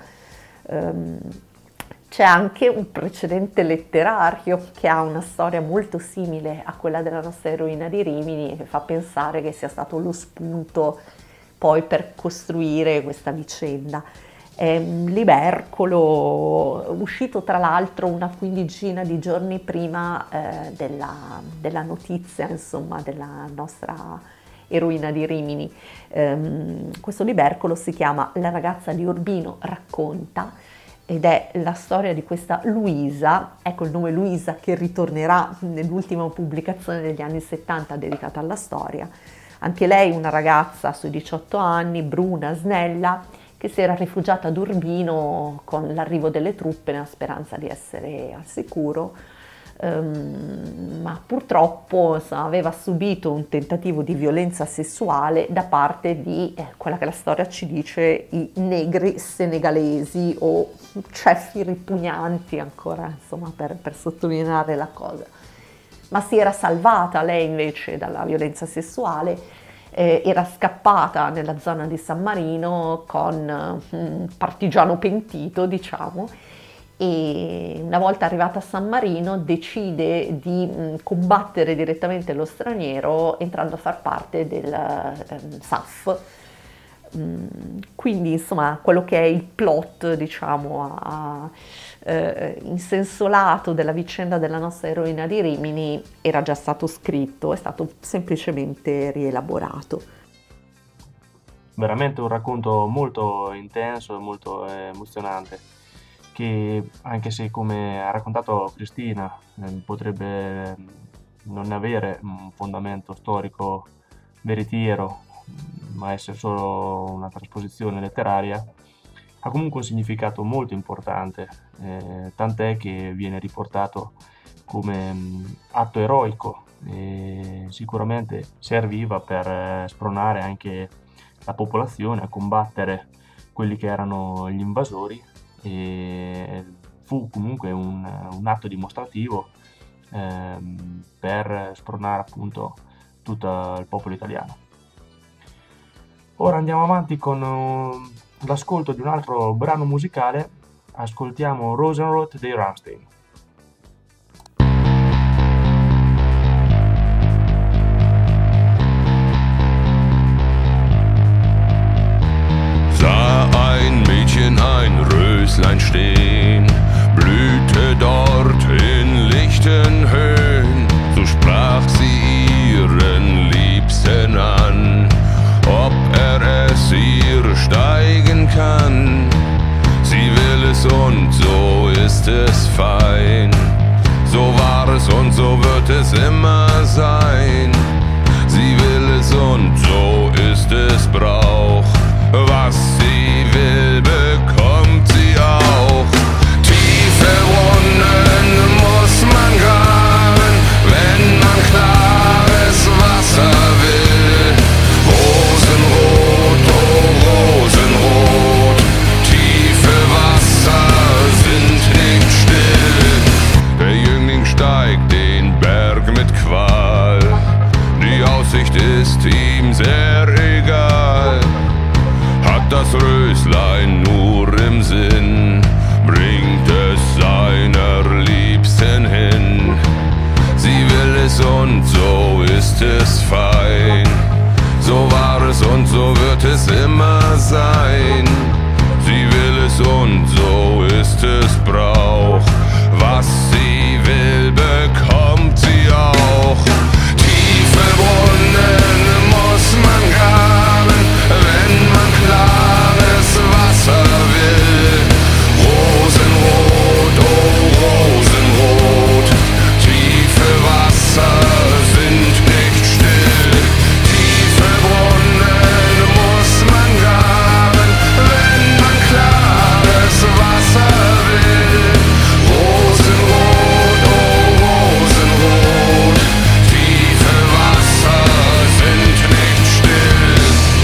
C'è anche un precedente letterario che ha una storia molto simile a quella della nostra eroina di Rimini e che fa pensare che sia stato lo spunto poi per costruire questa vicenda. È un libercolo uscito tra l'altro una quindicina di giorni prima della notizia, insomma, della nostra eroina di Rimini. Questo libercolo si chiama La ragazza di Urbino racconta ed è la storia di questa Luisa, ecco il nome Luisa che ritornerà nell'ultima pubblicazione degli anni 70 dedicata alla storia. Anche lei una ragazza sui 18 anni, bruna, snella, che si era rifugiata ad Urbino con l'arrivo delle truppe nella speranza di essere al sicuro, ma purtroppo insomma, aveva subito un tentativo di violenza sessuale da parte di quella che la storia ci dice i negri senegalesi o ceffi ripugnanti ancora, insomma, per sottolineare la cosa. Ma si era salvata lei invece dalla violenza sessuale, era scappata nella zona di San Marino con un partigiano pentito, diciamo, e una volta arrivata a San Marino decide di combattere direttamente lo straniero entrando a far parte del SAF. Quindi insomma quello che è il plot, diciamo, in senso lato della vicenda della nostra eroina di Rimini era già stato scritto, è stato semplicemente rielaborato. Veramente un racconto molto intenso e molto emozionante, che anche se, come ha raccontato Cristina, potrebbe non avere un fondamento storico veritiero, ma essere solo una trasposizione letteraria, ha comunque un significato molto importante, tant'è che viene riportato come atto eroico e sicuramente serviva per spronare anche la popolazione a combattere quelli che erano gli invasori, e fu comunque un atto dimostrativo per spronare appunto tutto il popolo italiano. Ora andiamo avanti con l'ascolto di un altro brano musicale. Ascoltiamo Rosenrot dei Rammstein. Sah ein Mädchen ein Röslein stehen, blühte dort in lichten Höhen, so sprach sie ihren Liebsten an, ob es ihr steigen kann. Sie will es und so ist es fein, so war es und so wird es immer sein. Sie will es und so ist es Brauch, was sie will bekommt sie auch. Tiefe Wunden muss man graben, wenn man klares Wasser will. Rosenrot, oh Rosenrot, tiefe Wasser sind nicht still. Der Jüngling steigt den Berg mit Qual, die Aussicht ist ihm sehr egal. Hat das Röslein nur im Sinn, bringt es seiner Liebsten hin. Sie will es und so ist es fein, so war es und so wird es immer sein. Sie will es und so ist es Brauch, was sie will bekommt sie auch. Tiefe Brunnen muss man graben, wenn man klares Wasser will. Rosenrot, oh Rosenrot, tiefe Wasser sind nicht still. Tiefe Brunnen muss man graben, wenn man klares Wasser will. Rosenrot, oh Rosenrot, tiefe Wasser sind nicht still.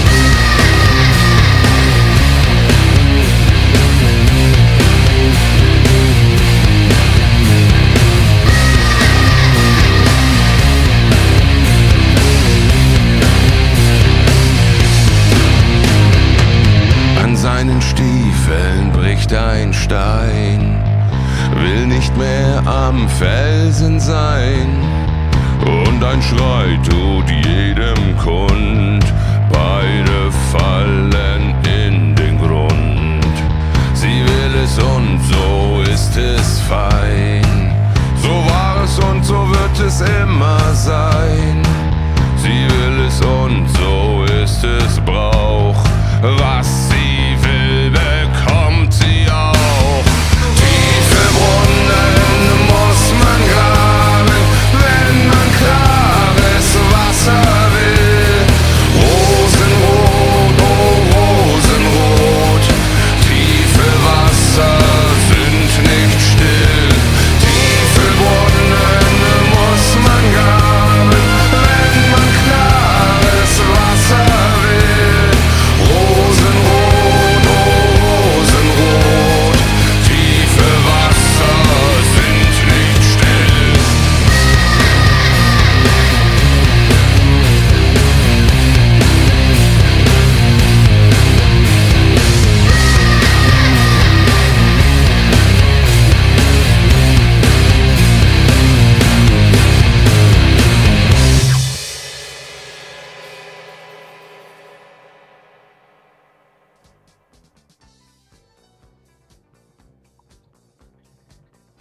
An seinen Stiefeln bricht ein Stein, will nicht mehr am Felsen sein. Und ein Schrei tut jedem kund, beide fallen in den Grund. Sie will es und so ist es fein, so war es und so wird es immer sein. Sie will es und so ist es Brauch, was sie will bekommt sie auch. Tiefe Brunnen muss man graben, wenn man klares Wasser will. Rosenrot, oh Rosenrot, tiefe Wasser sind nicht still. Tiefe Brunnen muss man graben, wenn man klares Wasser will. Rosenrot.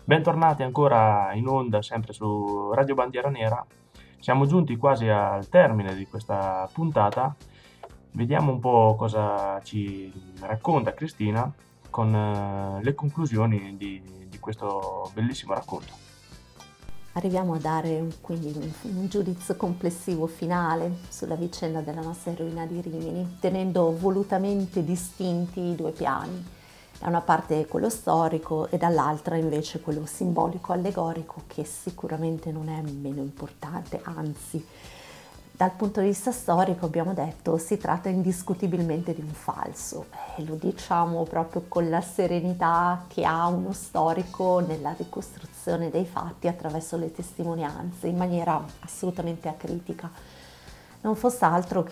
Bentornati ancora in onda, sempre su Radio Bandiera Nera. Siamo giunti quasi al termine di questa puntata. Vediamo un po' cosa ci racconta Cristina con le conclusioni di questo bellissimo racconto. Arriviamo a dare quindi un giudizio complessivo finale sulla vicenda della nostra eroina di Rimini, tenendo volutamente distinti i due piani. Da una parte quello storico e dall'altra invece quello simbolico allegorico, che sicuramente non è meno importante, anzi, dal punto di vista storico abbiamo detto si tratta indiscutibilmente di un falso, e lo diciamo proprio con la serenità che ha uno storico nella ricostruzione dei fatti attraverso le testimonianze in maniera assolutamente acritica. Non fosse altro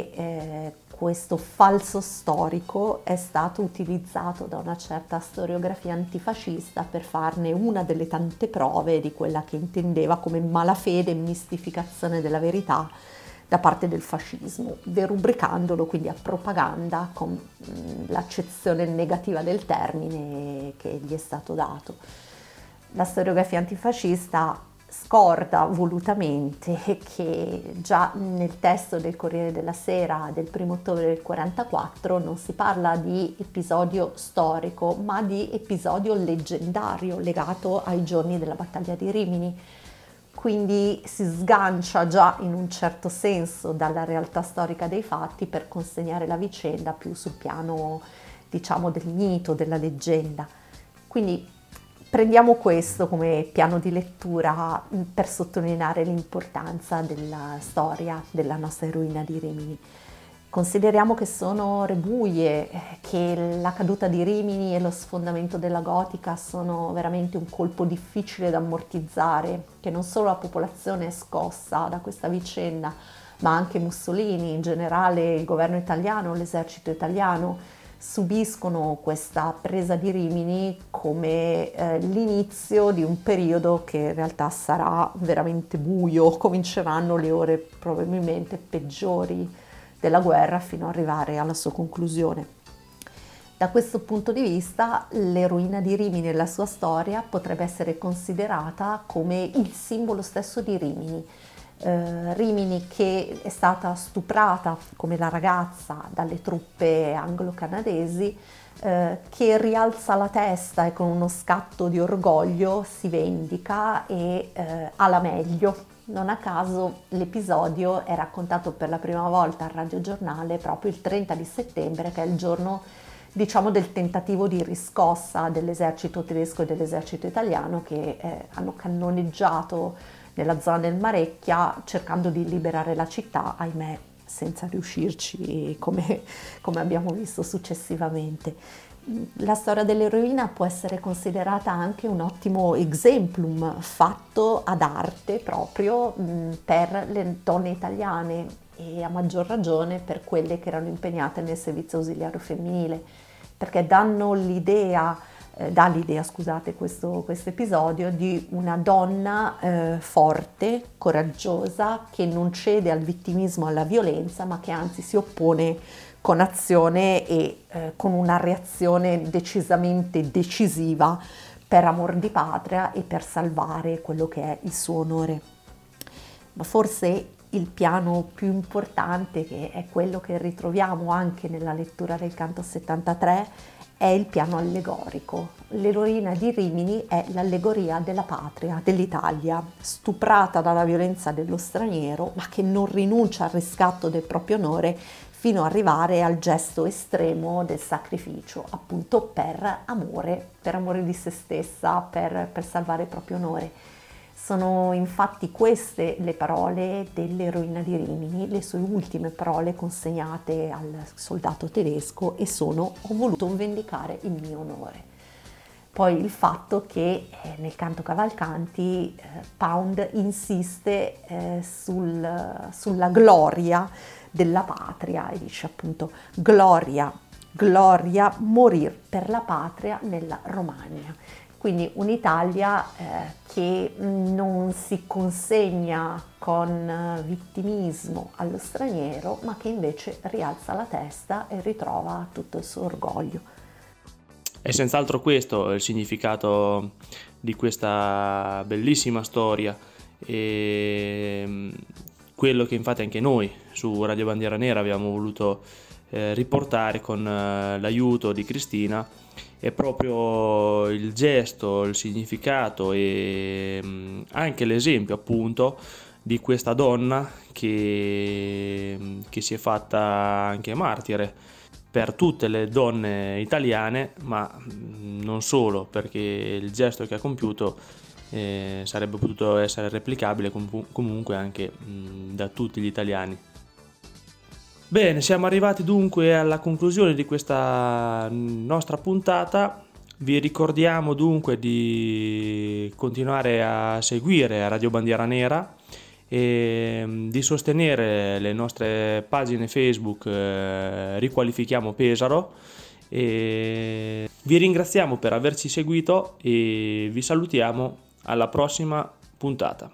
che questo falso storico è stato utilizzato da una certa storiografia antifascista per farne una delle tante prove di quella che intendeva come malafede e mistificazione della verità da parte del fascismo, derubricandolo quindi a propaganda con l'accezione negativa del termine che gli è stato dato. La storiografia antifascista scorda volutamente che già nel testo del Corriere della Sera del 1 ottobre del 1944 non si parla di episodio storico, ma di episodio leggendario legato ai giorni della battaglia di Rimini. Quindi si sgancia già in un certo senso dalla realtà storica dei fatti per consegnare la vicenda più sul piano, diciamo, del mito, della leggenda. Quindi prendiamo questo come piano di lettura per sottolineare l'importanza della storia della nostra eroina di Rimini. Consideriamo che sono ore buie, che la caduta di Rimini e lo sfondamento della gotica sono veramente un colpo difficile da ammortizzare, che non solo la popolazione è scossa da questa vicenda, ma anche Mussolini, in generale il governo italiano, l'esercito italiano, subiscono questa presa di Rimini come l'inizio di un periodo che in realtà sarà veramente buio, cominceranno le ore probabilmente peggiori della guerra fino ad arrivare alla sua conclusione. Da questo punto di vista l'eroina di Rimini e la sua storia potrebbe essere considerata come il simbolo stesso di Rimini. Rimini che è stata stuprata come la ragazza dalle truppe anglo-canadesi, che rialza la testa e con uno scatto di orgoglio si vendica e ha la meglio. Non a caso l'episodio è raccontato per la prima volta al radiogiornale proprio il 30 di settembre, che è il giorno, diciamo, del tentativo di riscossa dell'esercito tedesco e dell'esercito italiano che hanno cannoneggiato nella zona del Marecchia cercando di liberare la città, ahimè senza riuscirci come abbiamo visto successivamente. La storia dell'eroina può essere considerata anche un ottimo exemplum fatto ad arte proprio per le donne italiane e a maggior ragione per quelle che erano impegnate nel servizio ausiliario femminile, perché dà l'idea questo episodio di una donna forte, coraggiosa, che non cede al vittimismo, alla violenza, ma che anzi si oppone con azione e con una reazione decisamente decisiva per amor di patria e per salvare quello che è il suo onore. Ma forse il piano più importante, che è quello che ritroviamo anche nella lettura del canto 73, è il piano allegorico. L'eroina di Rimini è l'allegoria della patria, dell'Italia, stuprata dalla violenza dello straniero, ma che non rinuncia al riscatto del proprio onore fino ad arrivare al gesto estremo del sacrificio, appunto per amore di se stessa, per salvare il proprio onore. Sono infatti queste le parole dell'eroina di Rimini, le sue ultime parole consegnate al soldato tedesco, e sono: ho voluto vendicare il mio onore. Poi il fatto che nel canto Cavalcanti Pound insiste sulla gloria della patria e dice appunto gloria, morir per la patria nella Romagna. Quindi un'Italia che non si consegna con vittimismo allo straniero, ma che invece rialza la testa e ritrova tutto il suo orgoglio. È senz'altro questo il significato di questa bellissima storia, e quello che infatti anche noi su Radio Bandiera Nera abbiamo voluto riportare con l'aiuto di Cristina è proprio il gesto, il significato e anche l'esempio appunto di questa donna che si è fatta anche martire per tutte le donne italiane, ma non solo, perché il gesto che ha compiuto sarebbe potuto essere replicabile comunque anche da tutti gli italiani. Bene, siamo arrivati dunque alla conclusione di questa nostra puntata. Vi ricordiamo dunque di continuare a seguire Radio Bandiera Nera e di sostenere le nostre pagine Facebook Riqualifichiamo Pesaro, e vi ringraziamo per averci seguito e vi salutiamo alla prossima puntata.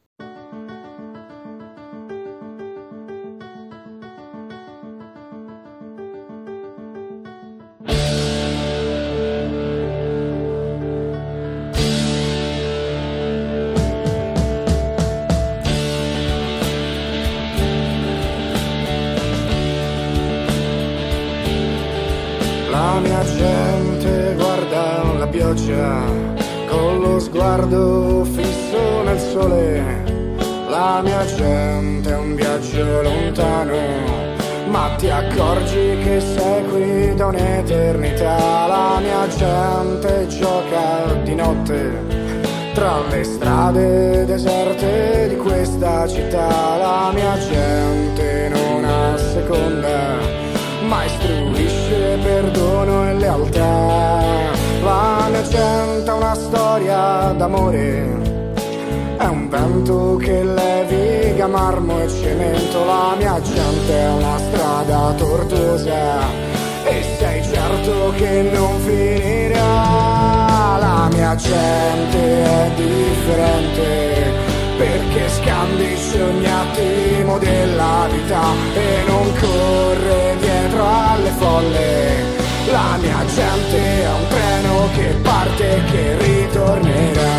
La mia gente guarda la pioggia con lo sguardo fisso nel sole. La mia gente è un viaggio lontano, ma ti accorgi che sei qui da un'eternità. La mia gente gioca di notte tra le strade deserte di questa città. La mia gente non ha seconda, ma istruisce perdono e lealtà. La mia gente ha una storia d'amore, è un vento che leviga marmo e cemento. La mia gente è una strada tortuosa e sei certo che non finirà. La mia gente è differente perché scandisce ogni attimo della vita e non corre dietro alle folle. La mia gente è un treno che parte e che ritornerà.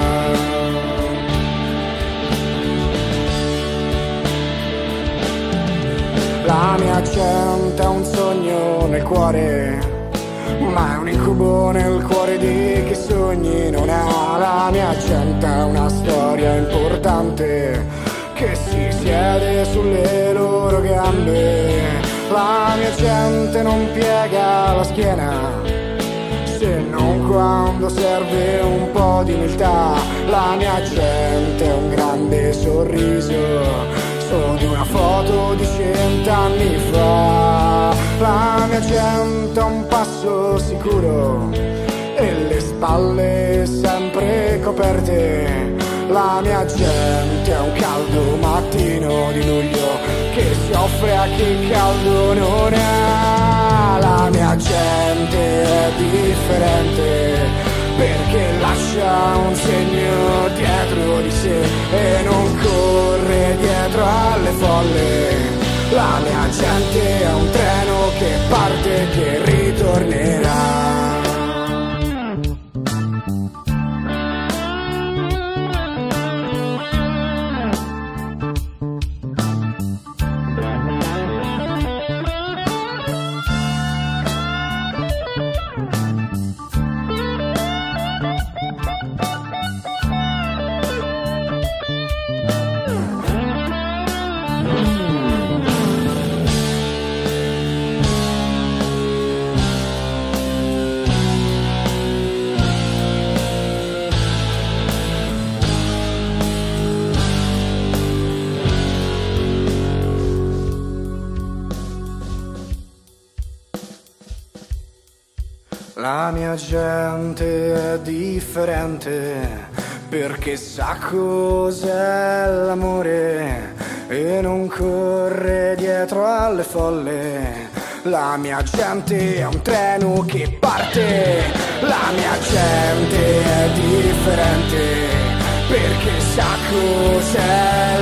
La mia gente ha un sogno nel cuore, ma è un incubo nel cuore di chi sogni non ha. La mia gente ha una storia importante che si siede sulle loro gambe. La mia gente non piega la schiena se non quando serve un po' di umiltà. La mia gente è un grande sorriso di una foto di 100 anni fa. La mia gente ha un passo sicuro e le spalle sempre coperte. La mia gente è un caldo mattino di luglio che si offre a chi caldo non ha. La mia gente è differente perché lascia un segno dietro di sé e non corre dietro alle folle. La mia gente è un treno che parte e che ritornerà. La mia gente è differente perché sa cos'è l'amore e non corre dietro alle folle. La mia gente è un treno che parte. La mia gente è differente perché sa cos'è